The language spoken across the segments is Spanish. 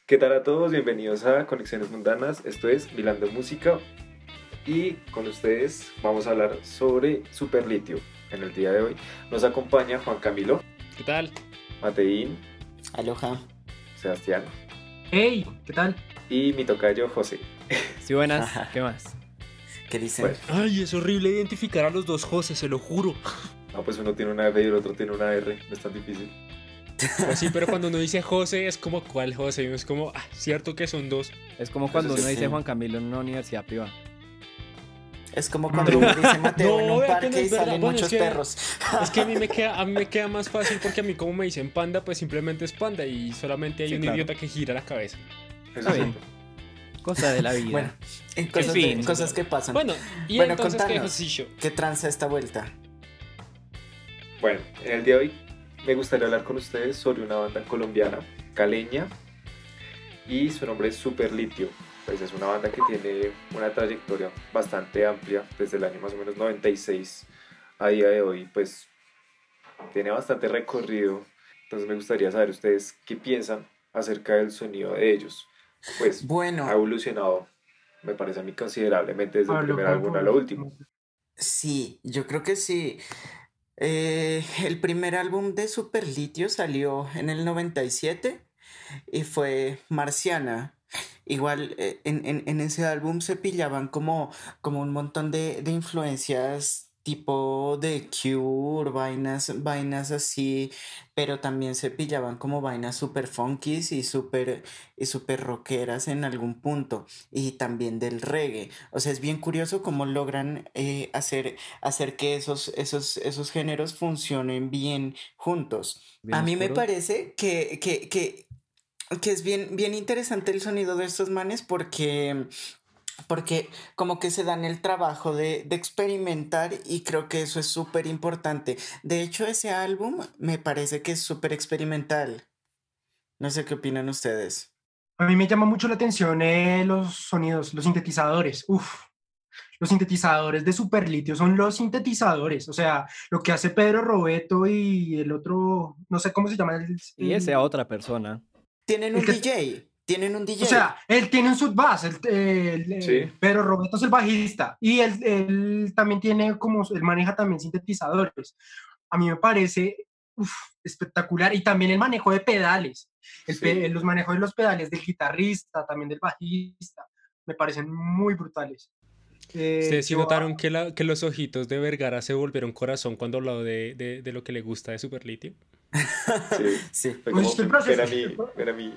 ¿Qué tal a todos? Bienvenidos a Conexiones Mundanas. Esto es Milando Música y con ustedes vamos a hablar sobre Superlitio. En el día de hoy nos acompaña Juan Camilo. ¿Qué tal? Mateín. Aloha. Sebastián. Hey, ¿qué tal? Y mi tocayo José. Sí, buenas. ¿Qué más? ¿Qué dicen? Bueno. Ay, es horrible identificar a los dos José, se lo juro. No, pues uno tiene una F y el otro tiene una R. No es tan difícil. Pues sí, pero cuando uno dice José es como ¿cuál José? Y uno es como, cierto que son dos. Es como cuando Eso uno sí. dice Juan Camilo en una universidad privada. Es como cuando uno dice Mateo en un vea que parque no es y verdad. salen Bueno, muchos es que- perros. Es que a mí me queda más fácil porque a mí como me dicen panda, pues simplemente es panda y solamente hay Sí, un claro. idiota que gira la cabeza. Eso Está es bien. Cosa de la vida. Bueno, cosas que pasan. Bueno, y Bueno, entonces ¿qué contanos. Josillo? ¿Qué tranza esta vuelta? Bueno, en el día de hoy me gustaría hablar con ustedes sobre una banda colombiana, caleña, y su nombre es Superlitio. Pues es una banda que tiene una trayectoria bastante amplia, desde el año más o menos 96 a día de hoy, pues tiene bastante recorrido. Entonces me gustaría saber ustedes qué piensan acerca del sonido de ellos. Pues ha Bueno, evolucionado, me parece a mí considerablemente desde el Pablo, primer álbum a lo último. sí, yo creo que sí. El primer álbum de Superlitio salió en el 97 y fue Marciana. Igual en ese álbum se pillaban como un montón de influencias tipo de Cure, vainas así, pero también se pillaban como vainas super funkies y super rockeras en algún punto, y también del reggae. O sea, es bien curioso cómo logran hacer que esos géneros funcionen bien juntos. Bien A mí me oscuro. parece que es bien interesante el sonido de estos manes porque como que se dan el trabajo de experimentar, y creo que eso es súper importante. De hecho, ese álbum me parece que es súper experimental. No sé qué opinan ustedes. A mí me llama mucho la atención los sonidos, los sintetizadores. Los sintetizadores de Superlitio son los sintetizadores. O sea, lo que hace Pedro Robeto y el otro, no sé cómo se llama. Y ese a otra persona. Tienen el un que- DJ. Tienen un DJ. O sea, él tiene un subbass, Sí. Pedro Robeto es el bajista. Y él también tiene él maneja también sintetizadores. A mí me parece espectacular. Y también el manejo de pedales. Sí. Los manejos de los pedales del guitarrista, también del bajista, me parecen muy brutales. ¿Ustedes sí Yo- notaron que los ojitos de Vergara se volvieron corazón cuando habló de lo que le gusta de Superlitio? Sí. Sí. Fue Pues como, es el proceso. ven a mí.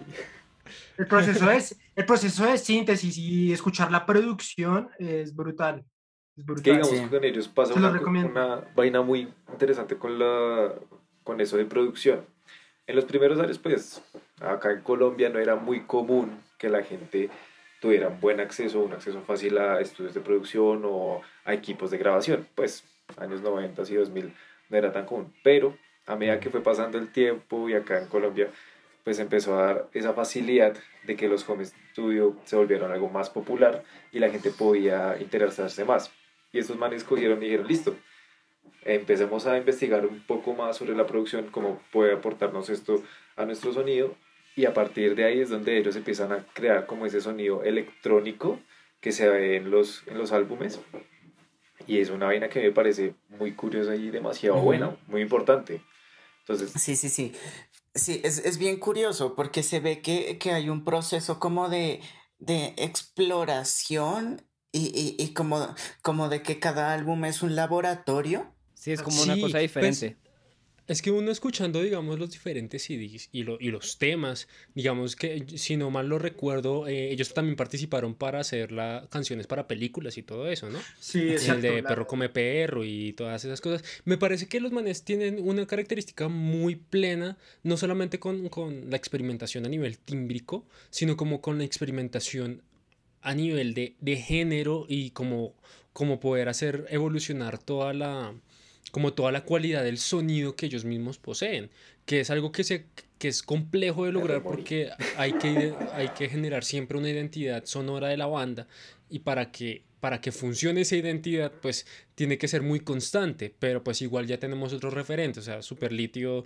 El proceso de síntesis y escuchar la producción es brutal. Es Es que brutal. digamos Sí. que con ellos pasa Se lo una recomiendo. vaina muy interesante con eso de producción. En los primeros años, pues, acá en Colombia no era muy común que la gente tuviera un acceso fácil a estudios de producción o a equipos de grabación. Pues, años 90 y 2000 no era tan común. Pero a medida que fue pasando el tiempo y acá en Colombia, pues empezó a dar esa facilidad de que los home studio se volvieron algo más popular y la gente podía interesarse más. Y estos manes cogieron y dijeron, listo, empecemos a investigar un poco más sobre la producción, cómo puede aportarnos esto a nuestro sonido, y a partir de ahí es donde ellos empiezan a crear como ese sonido electrónico que se ve en los álbumes, y es una vaina que me parece muy curiosa y demasiado Ujú. buena, muy importante. Entonces, Sí, sí, sí. Sí, es bien curioso porque se ve que hay un proceso como de exploración y como de que cada álbum es un laboratorio. Sí, es como una Sí, cosa pues diferente. es que uno escuchando, digamos, los diferentes CDs y los temas, digamos que, si no mal lo recuerdo, ellos también participaron para hacer canciones para películas y todo eso, ¿no? Sí, Sí. exacto. El de Perro come perro y todas esas cosas. Me parece que los manes tienen una característica muy plena, no solamente con la experimentación a nivel tímbrico, sino como con la experimentación a nivel de género y como poder hacer evolucionar como toda la cualidad del sonido que ellos mismos poseen, que es algo que es complejo de me lograr remorí. porque hay que generar siempre una identidad sonora de la banda, y para que funcione esa identidad pues tiene que ser muy constante, pero pues igual ya tenemos otros referentes, o sea, Superlitio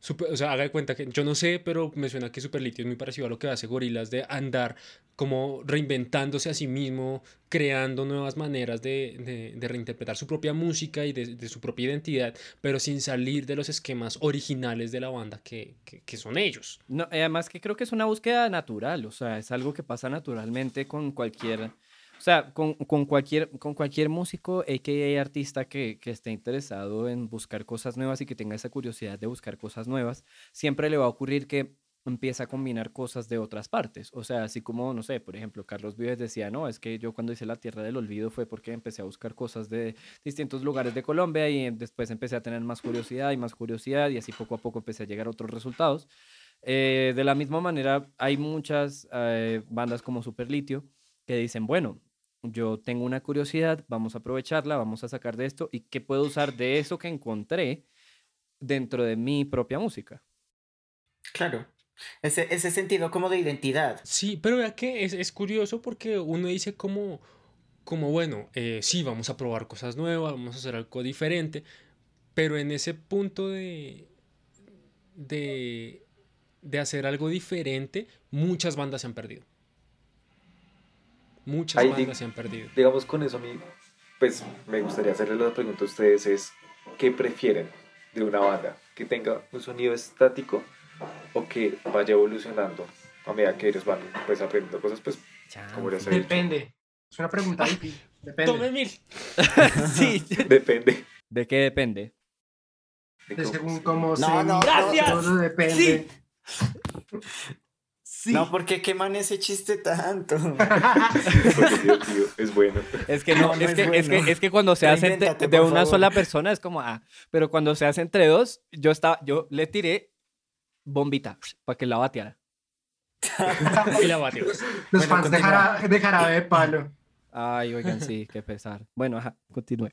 O sea, haga de cuenta que yo no sé, pero me suena que Superlitio es muy parecido a lo que hace Gorillaz de andar como reinventándose a sí mismo, creando nuevas maneras de reinterpretar su propia música y de su propia identidad, pero sin salir de los esquemas originales de la banda que son ellos. No, además que creo que es una búsqueda natural, o sea, es algo que pasa naturalmente con cualquier, o sea, con cualquier músico, a.k.a. artista que esté interesado en buscar cosas nuevas y que tenga esa curiosidad de buscar cosas nuevas, siempre le va a ocurrir que empieza a combinar cosas de otras partes, o sea, así como, no sé, por ejemplo, Carlos Vives decía, no, es que yo cuando hice La Tierra del Olvido fue porque empecé a buscar cosas de distintos lugares de Colombia y después empecé a tener más curiosidad y así poco a poco empecé a llegar a otros resultados. De la misma manera, hay muchas bandas como Superlitio que dicen, bueno, yo tengo una curiosidad, vamos a aprovecharla, vamos a sacar de esto y qué puedo usar de eso que encontré dentro de mi propia música. Claro. Ese sentido como de identidad. Sí, pero vea que es curioso porque uno dice como bueno, sí, vamos a probar cosas nuevas, vamos a hacer algo diferente, pero en ese punto de, de hacer algo diferente, muchas bandas se han perdido. Muchas Ahí, bandas se han perdido. digamos, con eso a mí, pues me gustaría hacerle la pregunta a ustedes es, ¿qué prefieren de una banda? ¿Que tenga un sonido estático o que vaya evolucionando a medida que ellos van pues aprendiendo cosas, pues como ya se ha dicho? Depende. Es una pregunta difícil. Tome Depende. 1000. Sí. Depende. ¿De qué depende? De según cómo se... No, ¡Gracias! Todo depende. Sí. No, ¿por qué queman ese chiste tanto? Porque es divertido, es bueno. Es que No, no, no es bueno. es que cuando se hace Reinvéntate, de por una favor. sola persona es como, pero cuando se hace entre dos, yo le tiré bombita para que la bateara. Y la batió. Los Bueno, fans continúa. de Jarabe de Palo. Ay, oigan, sí, qué pesar. Bueno, continúe.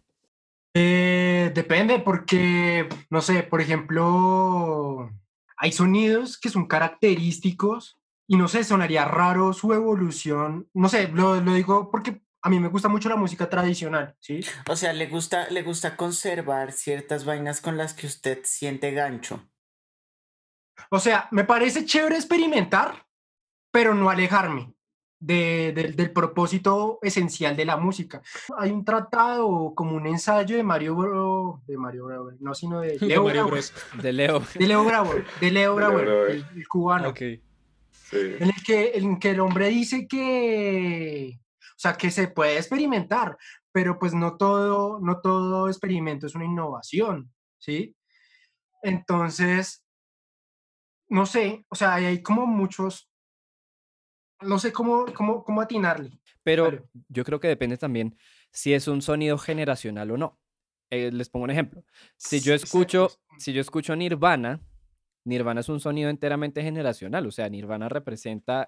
Depende porque, no sé, por ejemplo, hay sonidos que son característicos y no sé, sonaría raro su evolución. No sé, lo digo porque a mí me gusta mucho la música tradicional, ¿sí? O sea, le gusta conservar ciertas vainas con las que usted siente gancho. O sea, me parece chévere experimentar, pero no alejarme del propósito esencial de la música. Hay un tratado como un ensayo de Mario Brauer, no, sino de De Leo Mario Brauer, Bros. De Leo. de Leo Brauer, Brauer. el cubano, Ok. Sí. en que el hombre dice que, o sea, que se puede experimentar, pero pues no todo experimento es una innovación, ¿sí? Entonces, no sé, o sea, hay como muchos, no sé cómo atinarle. Pero Vale. yo creo que depende también si es un sonido generacional o no. Les pongo un ejemplo. Exacto. Si yo escucho Nirvana, Nirvana es un sonido enteramente generacional, o sea, Nirvana representa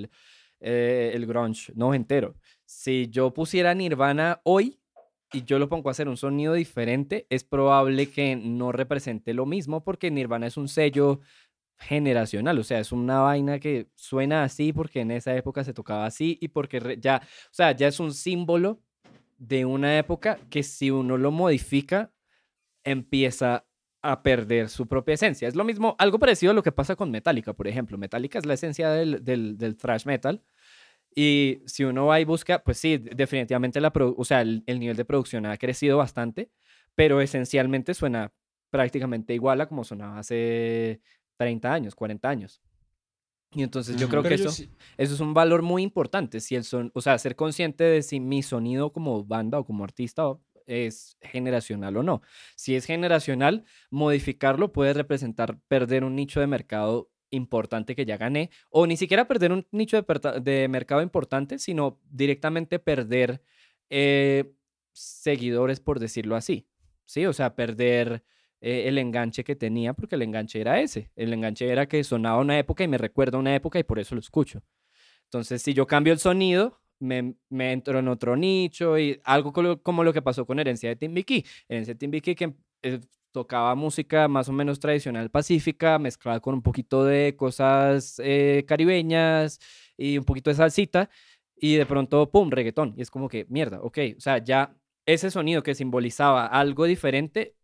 el grunge noventero. Si yo pusiera Nirvana hoy y yo lo pongo a hacer un sonido diferente, es probable que no represente lo mismo porque Nirvana es un sello generacional, o sea, es una vaina que suena así porque en esa época se tocaba así y porque ya, o sea, ya es un símbolo de una época que si uno lo modifica, empieza a perder su propia esencia. Es lo mismo, algo parecido a lo que pasa con Metallica, por ejemplo. Metallica es la esencia del thrash metal y si uno va y busca, pues sí, definitivamente o sea, el nivel de producción ha crecido bastante, pero esencialmente suena prácticamente igual a como sonaba hace 30 años, 40 años. Y entonces yo creo Ujú. que Pero yo eso, sí. eso es un valor muy importante, si o sea, ser consciente de si mi sonido como banda o como artista es generacional o no. Si es generacional, modificarlo puede representar perder un nicho de mercado importante que ya gané, o ni siquiera perder un nicho de mercado importante, sino directamente perder eh, seguidores, por decirlo así. Sí, o sea, perder el enganche que tenía, porque el enganche era ese. El enganche era que sonaba una época y me recuerda una época y por eso lo escucho. Entonces, si yo cambio el sonido, me entro en otro nicho y algo como lo que pasó con Herencia de Timbiquí. Herencia de Timbiquí que tocaba música más o menos tradicional pacífica, mezclada con un poquito de cosas caribeñas y un poquito de salsita, y de pronto, ¡pum!, reggaetón. Y es como que, mierda, ok, o sea, ya ese sonido que simbolizaba algo diferente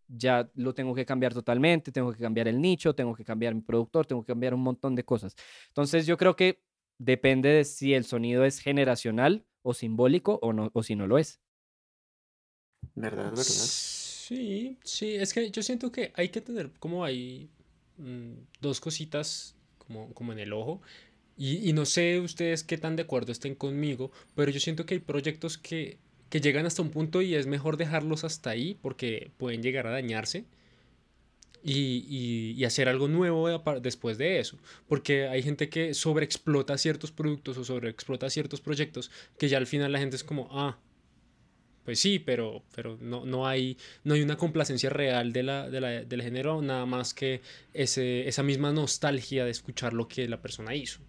ya lo tengo que cambiar totalmente, tengo que cambiar el nicho, tengo que cambiar mi productor, tengo que cambiar un montón de cosas. Entonces yo creo que depende de si el sonido es generacional o simbólico o no, o si no lo es. ¿Verdad, verdad? Sí, sí, es que yo siento que hay que tener como ahí dos cositas como en el ojo. Y no sé ustedes qué tan de acuerdo estén conmigo, pero yo siento que hay proyectos que llegan hasta un punto y es mejor dejarlos hasta ahí porque pueden llegar a dañarse y hacer algo nuevo después de eso. Porque hay gente que sobreexplota ciertos productos o sobreexplota ciertos proyectos que ya al final la gente es como, ah, pues sí, pero no hay una complacencia real del género, nada más que esa misma nostalgia de escuchar lo que la persona hizo.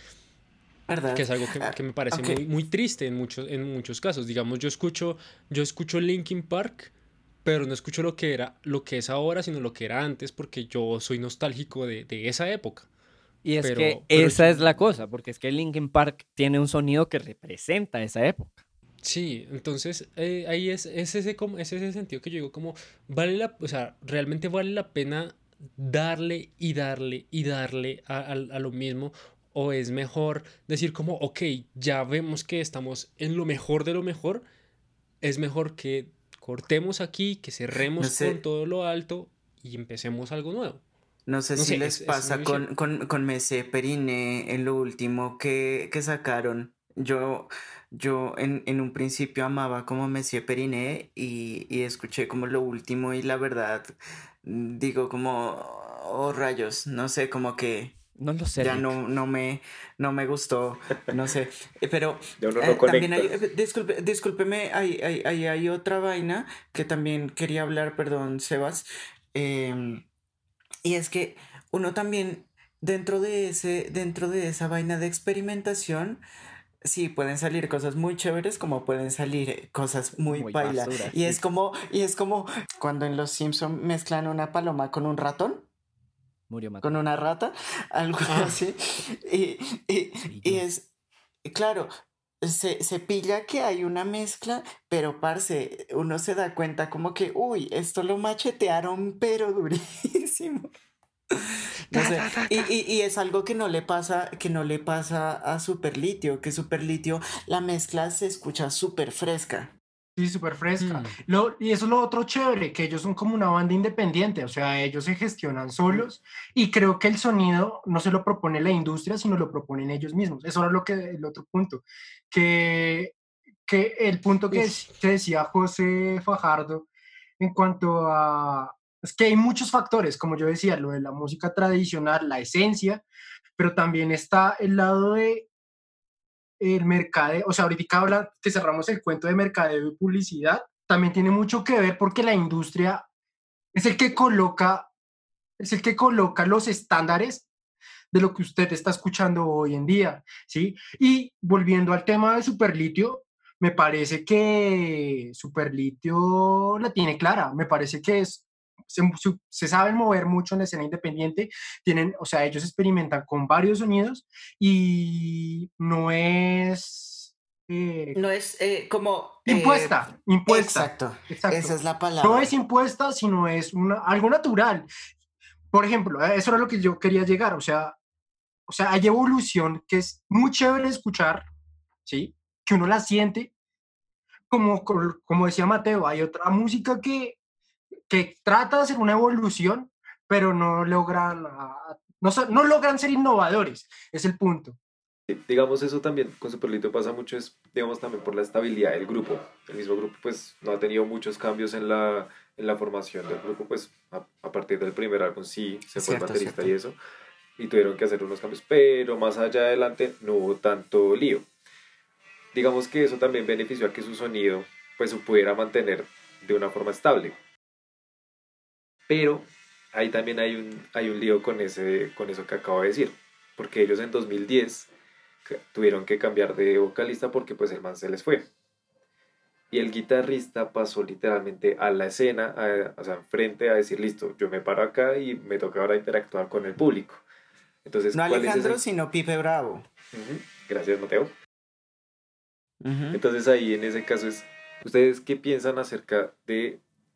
Que ¿Verdad? es algo que me parece muy, Aunque, muy triste en muchos casos. Digamos, yo escucho Linkin Park, pero no escucho lo que es ahora, sino lo que era antes, porque yo soy nostálgico de esa época. Y es que Pero esa es la cosa, porque es que Linkin Park tiene un sonido que representa esa época. sí, entonces ahí es ese sentido que yo digo como, o sea, realmente vale la pena darle y darle y darle a lo mismo, o es mejor decir como, ok, ya vemos que estamos en lo mejor de lo mejor, es mejor que cortemos aquí, que no cerremos con sé, todo lo alto y empecemos algo nuevo. no sé No si sé, les esa es mi pasa visión. con Messier Periné en lo último que sacaron. Yo en un principio amaba como Messier Periné y escuché como lo último y la verdad digo como, oh rayos, no sé, como que No lo sé, ya Rick. no me gustó, no sé. Pero Ya uno no también hay, conecta. discúlpeme, hay otra vaina que también quería hablar, perdón, Sebas. em, y es que uno también, dentro de esa vaina de experimentación, sí, pueden salir cosas muy chéveres como pueden salir cosas muy Muy paila. basura, Y sí. es como cuando en Los Simpson mezclan una paloma con un ratón, Murió con Mateo. una rata, algo Ah, así. Y, y, y Trilló. es, claro, se pilla que hay una mezcla, pero parce, uno se da cuenta como que, uy, esto lo machetearon, pero durísimo. No ta, sé, ta, ta, y, ta. y, y es algo que no le pasa a Superlitio, que Superlitio, la mezcla se escucha súper fresca. Sí, súper fresca. Hmm. Y eso es lo otro chévere, que ellos son como una banda independiente, o sea, ellos se gestionan Ujú. solos y creo que el sonido no se lo propone la industria, sino lo proponen ellos mismos. Eso era el otro punto, que, que el punto Uf. que decía José Fajardo en cuanto a... Es que hay muchos factores, como yo decía, lo de la música tradicional, la esencia, pero también está el lado de el mercadeo, o sea, ahorita habla que cerramos el cuento de mercadeo y publicidad, también tiene mucho que ver porque la industria es el que coloca, es el que coloca los estándares de lo que usted está escuchando hoy en día, ¿sí? Y volviendo al tema de Superlitio, me parece que Superlitio la tiene clara, me parece que se saben mover mucho en la escena independiente, o sea, ellos experimentan con varios sonidos y no es No es como... impuesta, exacto, esa exacto. es la No es palabra. impuesta, sino es algo natural. Por ejemplo, eso era lo que yo quería llegar, o sea, hay evolución que es muy chévere escuchar, ¿sí? Que uno la siente, como decía Mateo, hay otra música que trata de hacer una evolución, pero no logran ser innovadores, es el punto. Digamos, eso también con Superlito pasa mucho, es, digamos, también por la estabilidad del grupo. El mismo grupo, pues, no ha tenido muchos cambios en la formación del grupo, pues, a partir del primer álbum sí se fue el Cierto, baterista cierto. y eso, y tuvieron que hacer unos cambios, pero más allá adelante no hubo tanto lío. Digamos que eso también benefició a que su sonido, pues, se pudiera mantener de una forma estable. Pero ahí también hay un lío con eso que acabo de decir, porque ellos en 2010 tuvieron que cambiar de vocalista porque pues el man se les fue. Y el guitarrista pasó literalmente a la escena, o sea, enfrente a decir, listo, yo me paro acá y me toca ahora interactuar con el público. Entonces, No ¿cuál es Alejandro, ese? sino Pipe Bravo. Ujú, gracias, Mateo. Ujú. Entonces ahí en ese caso es, ¿ustedes qué piensan acerca de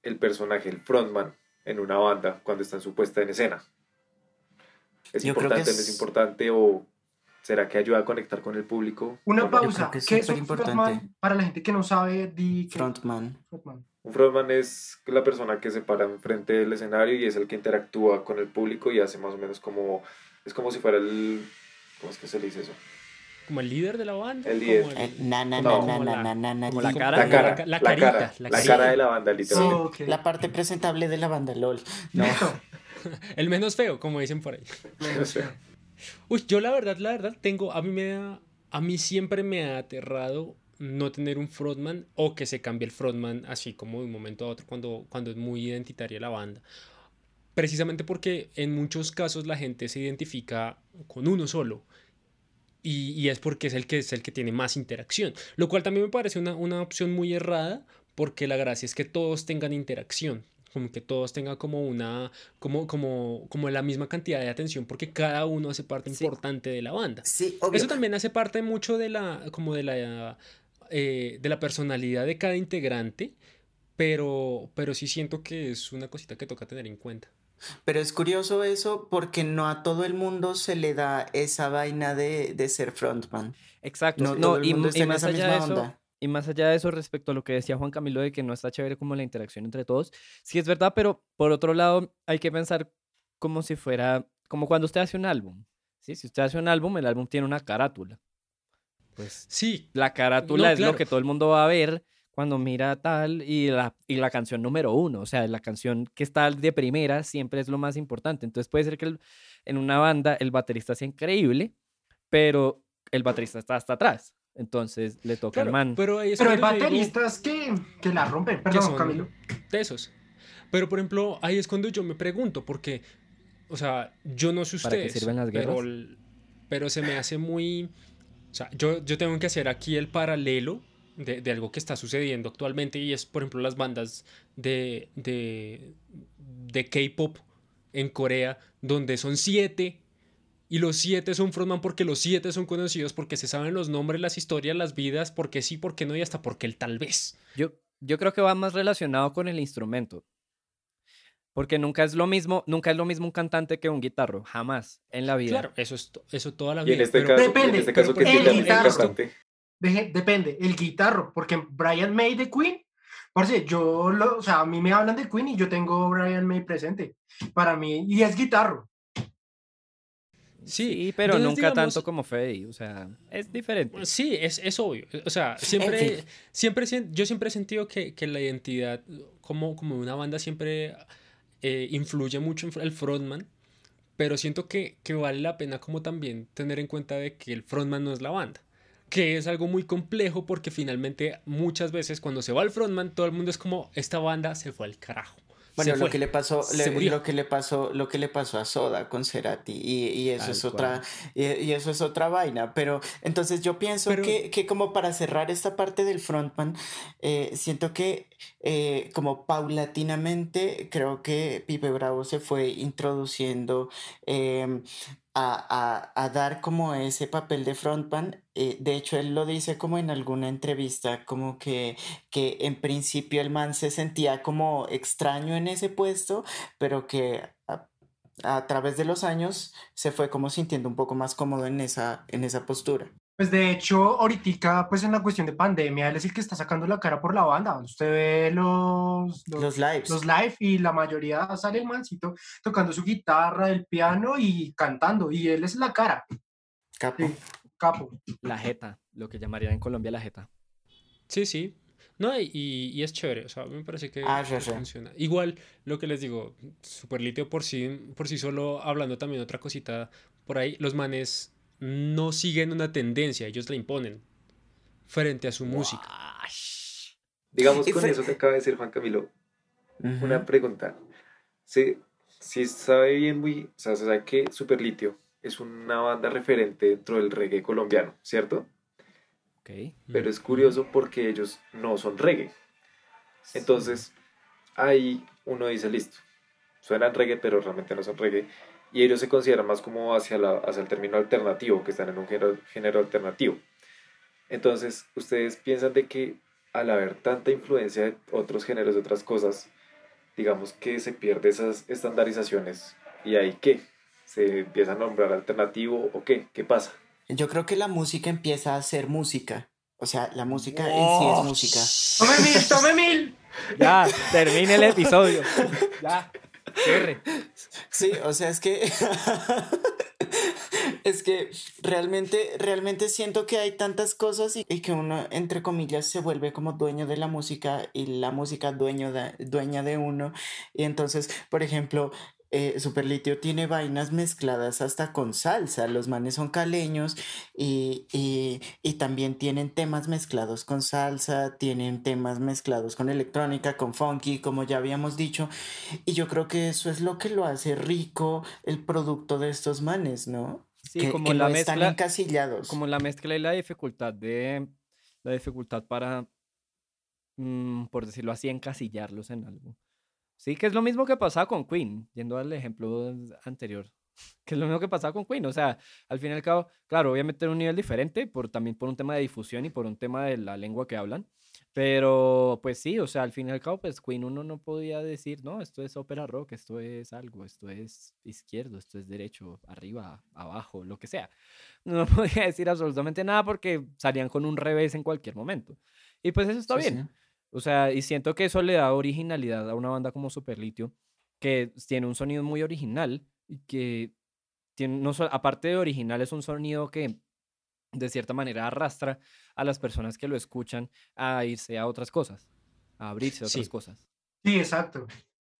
el personaje, el frontman, en una banda cuando está en su puesta en escena? ¿Es Yo creo que importante, no es es, importante o será que ayuda a conectar con el público o Una no? yo creo pausa. que es ¿Qué es súper un importante. frontman? Para la gente que no sabe, di que Frontman. frontman. Un frontman es la persona que se para enfrente del escenario y es el que interactúa con el público y hace más o menos como, es como si fuera el, ¿cómo es que se le dice eso? Como el líder de la banda. El líder. Como Na, na, como- na, No. na, como na, la- na, na, na, como la li- cara. La cara, la la carita, cara, la la carita. cara de la banda, Sí, literalmente. Ok. la parte presentable de la banda, LOL. No, Listo. El menos feo, como dicen por ahí. O sea, Uy, yo la verdad, tengo, a mí siempre me ha aterrado no tener un frontman o que se cambie el frontman así como de un momento a otro cuando es muy identitaria la banda. Precisamente porque en muchos casos la gente se identifica con uno solo y es porque es el que tiene más interacción. Lo cual también me parece una opción muy errada porque la gracia es que todos tengan interacción. Como que todos tengan como como la misma cantidad de atención porque cada uno hace parte Sí, importante de la banda. sí, obvio. Eso también hace parte mucho de la personalidad de cada integrante, pero sí siento que es una cosita que toca tener en cuenta. Pero es curioso eso porque no a todo el mundo se le da esa vaina de ser frontman. exacto. No Sí. todo No, el y, mundo y está en más esa allá de misma eso, onda. y más allá de eso, respecto a lo que decía Juan Camilo de que no está chévere como la interacción entre todos, sí es verdad, pero por otro lado hay que pensar como si fuera, como cuando usted hace un álbum, ¿sí? Si usted hace un álbum, el álbum tiene una carátula. Pues Sí, la carátula no, es lo claro. que todo el mundo va a ver cuando mira tal y la canción número uno, o sea, la canción que está de primera siempre es lo más importante. Entonces puede ser que en una banda el baterista sea increíble, pero el baterista está hasta atrás. Entonces le toca al Claro, man. pero ahí es Pero hay cuando yo digo bateristas que la rompen. que Perdón, Camilo. son tesos. Pero por ejemplo, ahí es cuando yo me pregunto, porque, o sea, yo no sé ¿Para qué ustedes, sirven las guerras? pero se me hace muy... O sea, yo tengo que hacer aquí el paralelo de algo que está sucediendo actualmente y es, por ejemplo, las bandas de K-pop en Corea, donde son 7 y los 7 son frontman porque los 7 son conocidos, porque se saben los nombres, las historias, las vidas, porque sí, porque no y hasta porque el tal vez. Yo creo que va más relacionado con el instrumento. Porque nunca es lo mismo un cantante que un guitarro, jamás en la vida. Claro, eso toda la y en vida, este pero, caso, y en Depende, este caso que pero el entiendan el guitarro. cantante. Depende, el guitarro, porque Brian May de Queen, parce, o sea, a mí me hablan de Queen y yo tengo Brian May presente. Para mí, y es guitarro. sí, Sí, pero entonces nunca tanto digamos, como Freddy, o sea, es diferente. sí, es obvio, o sea, En fin, yo siempre he sentido que la identidad como una banda siempre influye mucho en el frontman, pero siento que vale la pena como también tener en cuenta de que el frontman no es la banda, que es algo muy complejo porque finalmente muchas veces cuando se va el frontman todo el mundo es como esta banda se fue al carajo, bueno, se lo fue, que le pasó, se murió. lo que le pasó a Soda con Cerati, y eso Tal es otra, cual. y eso es otra vaina. Pero entonces yo pienso Pero que como para cerrar esta parte del frontman, siento que como paulatinamente creo que Pipe Bravo se fue introduciendo em, a dar como ese papel de frontman. De hecho, él lo dice como en alguna entrevista, como que en principio el man se sentía como extraño en ese puesto, pero que a través de los años se fue como sintiendo un poco más cómodo en esa postura. Pues de hecho, ahorita, pues en la cuestión de pandemia, él es el que está sacando la cara por la banda. Usted ve Los los lives, live y la mayoría sale el mancito tocando su guitarra, el piano y cantando. Y él es la cara. capo. Sí, capo. La jeta, lo que llamarían en Colombia la jeta. sí. No, y es chévere, o sea, me parece Ah, que ya. funciona. Igual, lo que les digo, Superlitio por sí solo, hablando también otra cosita por ahí, los manes no siguen una tendencia, ellos la imponen frente a su música. Wash. Digamos Y con fue... eso que acaba de decir Juan Camilo, una Ujú. pregunta. Si sabe bien o sea, se sabe que Superlitio es una banda referente dentro del reggae colombiano, ¿cierto? Ok. Pero es Ujú. curioso porque ellos no son reggae. Entonces, ahí uno dice, listo, suenan reggae, pero realmente no son reggae. Y ellos se consideran más como hacia el término alternativo, que están en un género alternativo. Entonces, ¿ustedes piensan de que al haber tanta influencia de otros géneros, de otras cosas, digamos que se pierde esas estandarizaciones. ¿Y ahí qué? ¿Se empieza a nombrar alternativo o qué? ¿Qué pasa? Yo creo que la música empieza a ser música. O sea, la música en sí es música. ¡Tome 1000! ¡Tome 1000! Ya, termine el episodio. Ya, cierre. Sí, o sea, es que es que realmente siento que hay tantas cosas y que uno, entre comillas, se vuelve como dueño de la música y la música dueña de uno. Y entonces, por ejemplo, Superlitio tiene vainas mezcladas hasta con salsa. Los manes son caleños y también tienen temas mezclados con salsa, tienen temas mezclados con electrónica, con funky, como ya habíamos dicho. Y yo creo que eso es lo que lo hace rico el producto de estos manes, ¿no? Sí, Que no están encasillados. como la mezcla y la dificultad para, por decirlo así, encasillarlos en algo. Sí, que es lo mismo que pasaba con Queen, yendo al ejemplo anterior, que es lo mismo que pasaba con Queen, o sea, al fin y al cabo, claro, obviamente en un nivel diferente, también por un tema de difusión y por un tema de la lengua que hablan, pero pues sí, o sea, al fin y al cabo, pues Queen uno no podía decir, no, esto es ópera rock, esto es algo, esto es izquierdo, esto es derecho, arriba, abajo, lo que sea. No podía decir absolutamente nada porque salían con un revés en cualquier momento. Y pues eso está Sí, sí. bien. O sea, y siento que eso le da originalidad a una banda como Superlitio, que tiene un sonido muy original y que tiene, no, aparte de original, es un sonido que de cierta manera arrastra a las personas que lo escuchan a irse a otras cosas, a abrirse a otras Sí, cosas. Sí, exacto.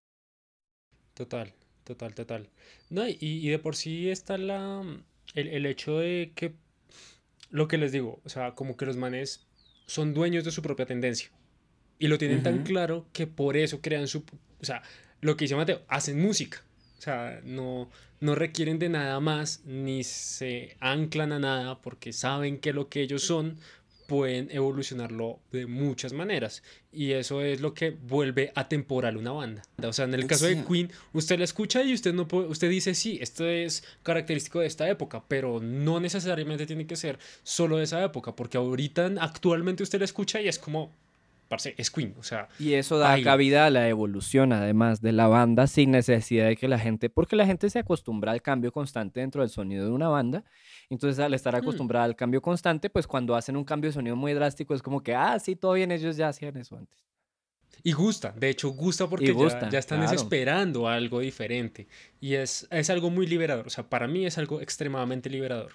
total, total, total. No, y de por sí está el hecho de que, lo que les digo, o sea, como que los manes son dueños de su propia tendencia. Y lo tienen tan Ujú. claro que por eso crean su... O sea, lo que dice Mateo, hacen música. O sea, no requieren de nada más, ni se anclan a nada, porque saben que lo que ellos son pueden evolucionarlo de muchas maneras. Y eso es lo que vuelve atemporal una banda. O sea, en el caso de Sí. Queen, usted la escucha y usted, no puede, usted dice, sí, esto es característico de esta época, pero no necesariamente tiene que ser solo de esa época, porque ahorita, actualmente usted la escucha y es como, parce, es Queen, o sea, Y eso da baila. cabida a la evolución, además de la banda, sin necesidad de que la gente, porque la gente se acostumbra al cambio constante dentro del sonido de una banda. Entonces, al estar Hmm. acostumbrada al cambio constante, pues cuando hacen un cambio de sonido muy drástico, es como que, ah, sí, todo bien, ellos ya hacían eso antes. Y gusta, de hecho gusta Y porque ya gusta, están claro. esperando algo diferente. Y es algo muy liberador, o sea, para mí es algo extremadamente liberador.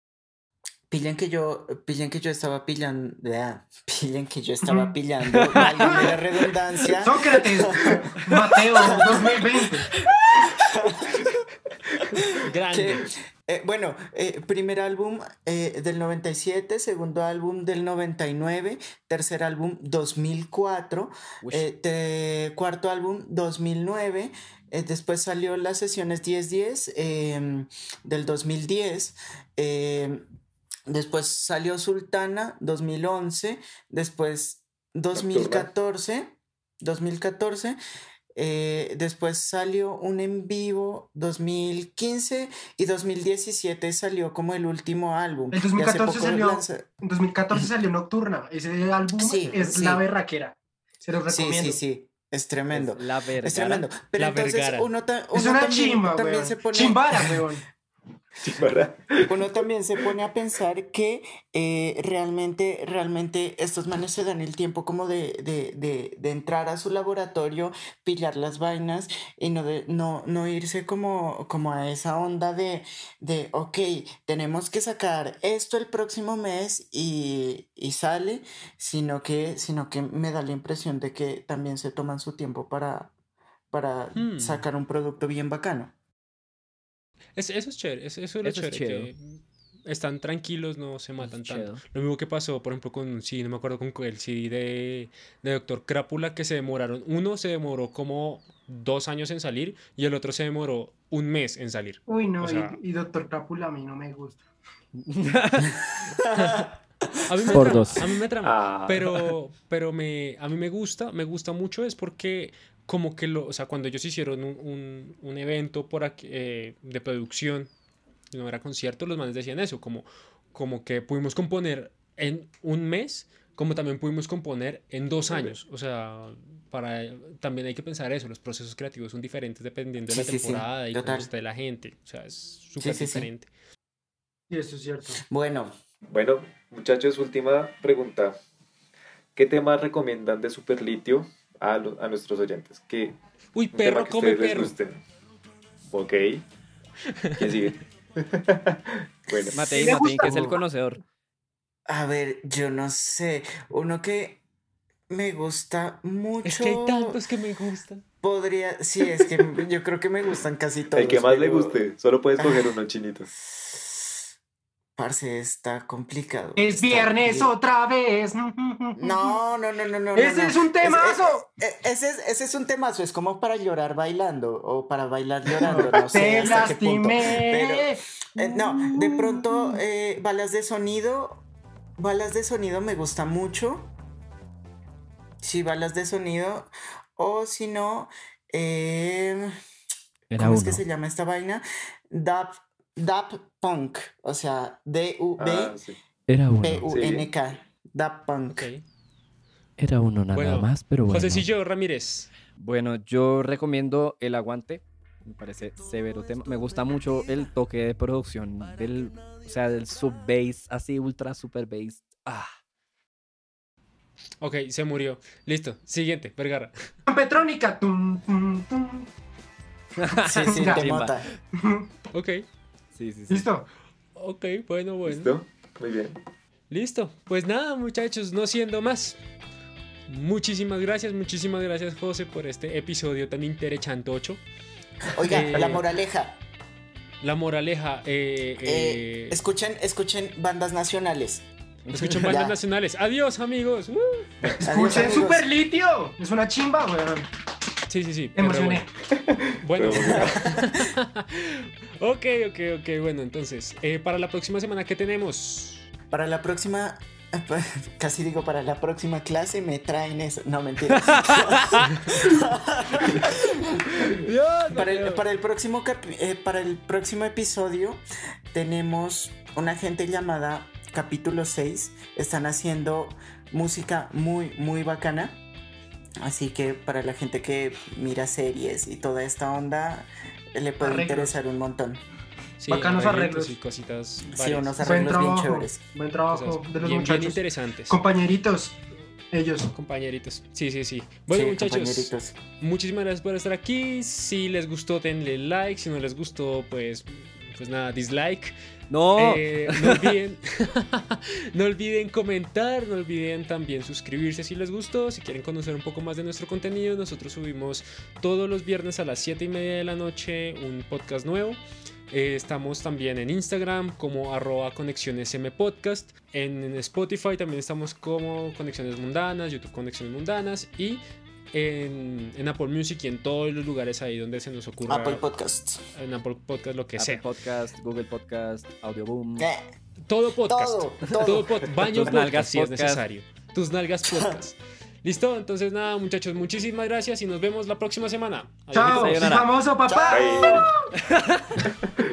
Pillen que yo estaba pillando, pillen que yo estaba Ujú. pillando, válgame la redundancia, Sócrates, Mateo 2020. Grande. que, bueno, primer álbum del 97, segundo álbum del 99, tercer álbum 2004, Uy, cuarto álbum 2009, después salió las sesiones 10-10 del 2010, después salió Sultana 2011, después Nocturna. 2014, después salió un en vivo 2015 y 2017 salió como el último álbum. El Y hace 2014 poco salió, lanza... en 2014 salió Nocturna. Ese álbum Sí, es la sí, berraquera. Se los sí, recomiendo. sí, es es tremendo. la Es tremendo. Vergara. Pero La entonces Vergara. Es uno una también, chimba, también weón. se pone... Chimbara, weón. Sí, para. Uno también se pone a pensar que realmente estos manes se dan el tiempo como de entrar a su laboratorio, pillar las vainas y no irse como a esa onda ok, tenemos que sacar esto el próximo mes y sale, sino que me da la impresión de que también se toman su tiempo para Hmm. sacar un producto bien bacano. Eso es chévere, eso es lo Eso es chévere, chido. que están tranquilos, no se Eso es matan tanto. chido. Lo mismo que pasó, por ejemplo, con, sí, no me acuerdo, con el CD de Doctor Crápula, que se demoraron, uno se demoró como 2 años en salir y el otro se demoró un mes en salir. Uy, O no, sea, y Doctor Crápula a mí no me gusta. a mí me Por trama, dos. a mí me trama, Ah, a mí me gusta mucho es porque como que o sea, cuando ellos hicieron un evento por aquí, de producción, no era concierto, los manes decían eso, como que pudimos componer en un mes como también pudimos componer en 2 años. O sea, también hay que pensar eso, los procesos creativos son diferentes dependiendo de la Sí, temporada y cómo total. esté la gente. O sea, es súper Sí. diferente. Y eso es cierto. Bueno, Bueno, muchachos, última pregunta. ¿Qué temas recomiendan de Superlitio a nuestros oyentes? ¿Qué Uy, un tema perro que come ustedes les perro. guste? Ok. ¿Quién sigue? Bueno, Mateín, Me Mateín, que es el gusta. conocedor. a ver, yo no sé. Uno que me gusta mucho. Es que hay tantos que me gustan. Sí, es que yo creo que me gustan casi todos. el que más le pero, guste. Solo puedes coger uno, chinito. Parce, está complicado. Es está viernes bien. otra vez. No. Ese es un temazo. Ese es un temazo. Es como para llorar bailando o para bailar llorando. No sé Te hasta qué punto. lastimé. No, de pronto, balas de sonido. Balas de sonido me gusta mucho. Sí, balas de sonido. O si no, Era ¿cómo es uno. que se llama esta vaina? Daft Punk. O sea, D-U-B-P-U-N-K. Era uno. Daft Punk. Ok. Era uno nada Bueno, más, pero bueno. Josecillo Ramírez. Bueno, yo recomiendo El Aguante. Me parece severo tema. Me gusta mucho el toque de producción del sub-bass, así ultra super bass. Ah. Ok, se murió. Listo. Siguiente, Vergara. Petrónica. Tum, tum, tum. Sí, Ya. temota. Ok. Sí. ¿Listo? Ok, bueno. ¿Listo? Muy bien. Listo. Pues nada, muchachos, no siendo más. Muchísimas gracias, José, por este episodio tan interesantocho. Oiga, Eh, la moraleja. La moraleja, Escuchen bandas nacionales. escuchen bandas Ya. nacionales. Adiós, amigos. Adiós, Escuchen amigos. Super Litio. Es una chimba, weón. Sí. Me pero emocioné. Bueno. Pero Ok, bueno, entonces, para la próxima semana, ¿qué tenemos? Para la próxima. Casi digo, para la próxima clase me traen eso. No, mentira. Para el próximo episodio tenemos una gente llamada Capítulo 6. Están haciendo música muy, muy bacana. Así que para la gente que mira series y toda esta onda, le puede Arreglos. interesar un montón. Sí, Bacanos arreglos. y cositas Sí, varias. unos Buen arreglos bien trabajo. chéveres. Buen trabajo Cosas de los bien muchachos. interesantes. Compañeritos. Ellos. Compañeritos. Sí. Bueno, Sí, muchachos, compañeritos. muchísimas gracias por estar aquí. Si les gustó, denle like. Si no les gustó, pues nada, dislike. No. No olviden no olviden comentar, no olviden también suscribirse si les gustó. Si quieren conocer un poco más de nuestro contenido, nosotros subimos todos los viernes a las 7:30 de la noche un podcast nuevo. Estamos también en Instagram como @conexionesmpodcast. En Spotify también estamos como Conexiones Mundanas, YouTube Conexiones Mundanas y en Apple Music y en todos los lugares ahí donde se nos ocurra. Apple Podcasts. En Apple Podcast, lo que Apple sea. Podcast, Google Podcast, Audioboom. Todo podcast. Todo. Baño Tus podcast nalgas si es podcast. necesario. Tus nalgas podcast. ¿Listo? Entonces nada, muchachos, muchísimas gracias y nos vemos la próxima semana. Adiós. Chao. Soy Sayonara. famoso, papá. Bye.